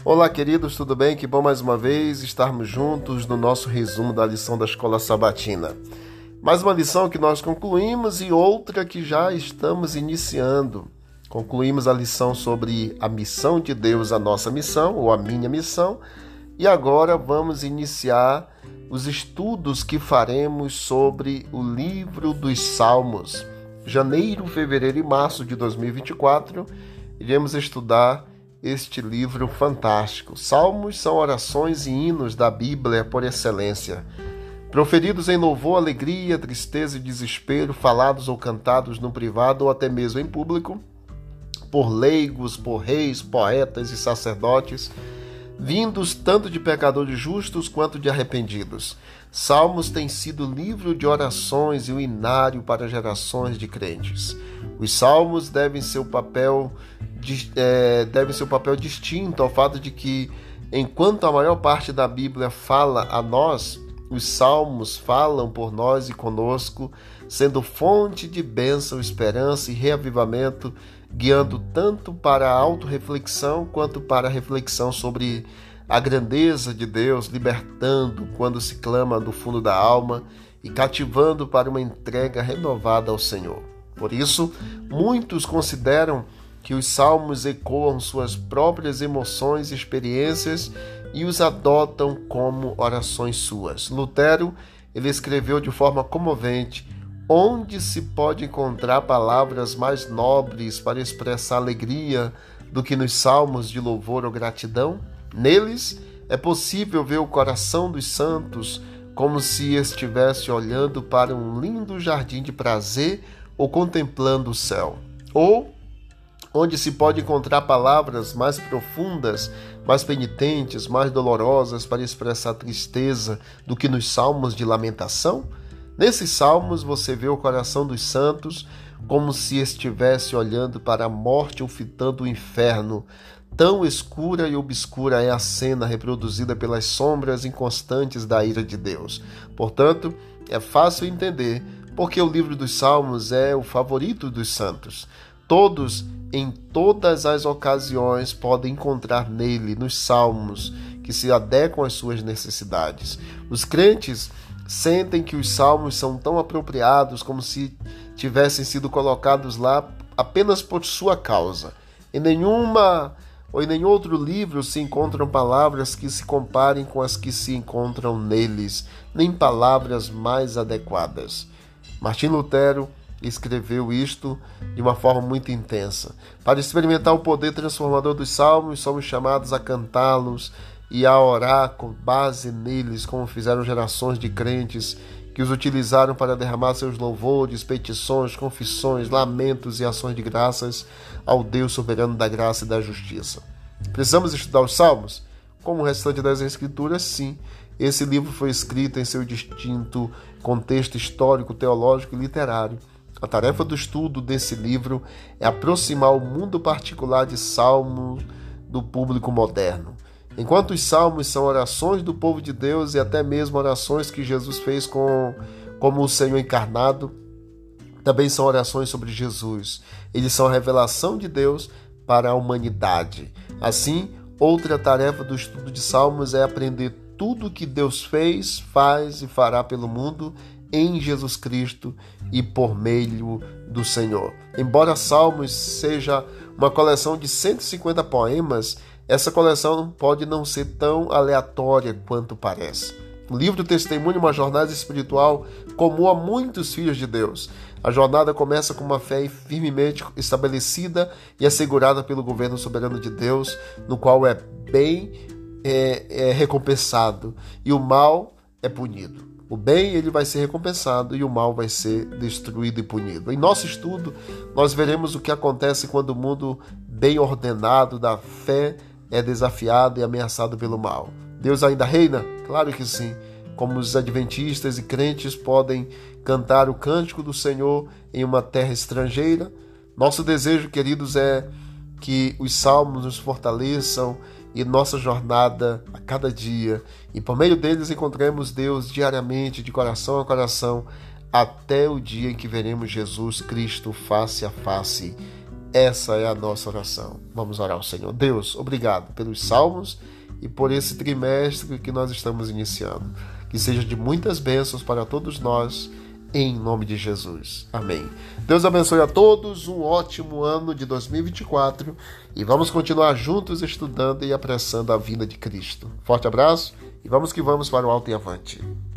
Olá, queridos, tudo bem? Que bom mais uma vez estarmos juntos no nosso resumo da lição da Escola Sabatina. Mais uma lição que nós concluímos e outra que já estamos iniciando. Concluímos a lição sobre a missão de Deus, a nossa missão, ou a minha missão, e agora vamos iniciar os estudos que faremos sobre o livro dos Salmos. Janeiro, fevereiro e março de 2024, iremos estudar este livro fantástico. Salmos são orações e hinos da Bíblia por excelência, proferidos em louvor, alegria, tristeza e desespero, falados ou cantados no privado ou até mesmo em público, por leigos, por reis, poetas e sacerdotes, vindos tanto de pecadores justos quanto de arrependidos. Salmos tem sido livro de orações e um inário para gerações de crentes. Os salmos devem ser o papel distinto ao fato de que, enquanto a maior parte da Bíblia fala a nós, os salmos falam por nós e conosco, sendo fonte de bênção, esperança e reavivamento, guiando tanto para a autorreflexão quanto para a reflexão sobre a grandeza de Deus, libertando quando se clama do fundo da alma e cativando para uma entrega renovada ao Senhor. Por isso, muitos consideram que os salmos ecoam suas próprias emoções e experiências e os adotam como orações suas. Lutero, ele escreveu de forma comovente: onde se pode encontrar palavras mais nobres para expressar alegria do que nos salmos de louvor ou gratidão? Neles é possível ver o coração dos santos como se estivesse olhando para um lindo jardim de prazer ou contemplando o céu. Ou onde se pode encontrar palavras mais profundas, mais penitentes, mais dolorosas para expressar tristeza do que nos salmos de lamentação? Nesses salmos você vê o coração dos santos como se estivesse olhando para a morte ou fitando o inferno. Tão escura e obscura é a cena reproduzida pelas sombras inconstantes da ira de Deus. Portanto, é fácil entender porque o livro dos Salmos é o favorito dos santos. Todos, em todas as ocasiões, podem encontrar nele, nos salmos, que se adequam às suas necessidades. Os crentes sentem que os salmos são tão apropriados como se tivessem sido colocados lá apenas por sua causa. Em nenhum outro livro se encontram palavras que se comparem com as que se encontram neles, nem palavras mais adequadas. Martim Lutero escreveu isto de uma forma muito intensa. Para experimentar o poder transformador dos salmos, somos chamados a cantá-los e a orar com base neles, como fizeram gerações de crentes que os utilizaram para derramar seus louvores, petições, confissões, lamentos e ações de graças ao Deus soberano da graça e da justiça. Precisamos estudar os salmos? Como o restante das Escrituras, sim. Esse livro foi escrito em seu distinto contexto histórico, teológico e literário. A tarefa do estudo desse livro é aproximar o mundo particular de salmos do público moderno. Enquanto os salmos são orações do povo de Deus e até mesmo orações que Jesus fez como o Senhor encarnado, também são orações sobre Jesus. Eles são a revelação de Deus para a humanidade. Assim, outra tarefa do estudo de salmos é aprender tudo o que Deus fez, faz e fará pelo mundo em Jesus Cristo e por meio do Senhor. Embora Salmos seja uma coleção de 150 poemas, essa coleção pode não ser tão aleatória quanto parece. O livro testemunha uma jornada espiritual comum a muitos filhos de Deus. A jornada começa com uma fé firmemente estabelecida e assegurada pelo governo soberano de Deus, no qual é recompensado e o mal é punido. O bem ele vai ser recompensado e o mal vai ser destruído e punido. Em nosso estudo, nós veremos o que acontece quando o mundo bem ordenado da fé é desafiado e ameaçado pelo mal. Deus ainda reina? Claro que sim. Como os adventistas e crentes podem cantar o cântico do Senhor em uma terra estrangeira, nosso desejo, queridos, é que os salmos nos fortaleçam e nossa jornada a cada dia, e por meio deles encontremos Deus diariamente, de coração a coração, até o dia em que veremos Jesus Cristo face a face. Essa é a nossa oração. Vamos orar ao Senhor. Deus, obrigado pelos salmos e por esse trimestre que nós estamos iniciando. Que seja de muitas bênçãos para todos nós, em nome de Jesus. Amém. Deus abençoe a todos, um ótimo ano de 2024 e vamos continuar juntos estudando e apressando a vinda de Cristo. Forte abraço e vamos que vamos para o alto e avante.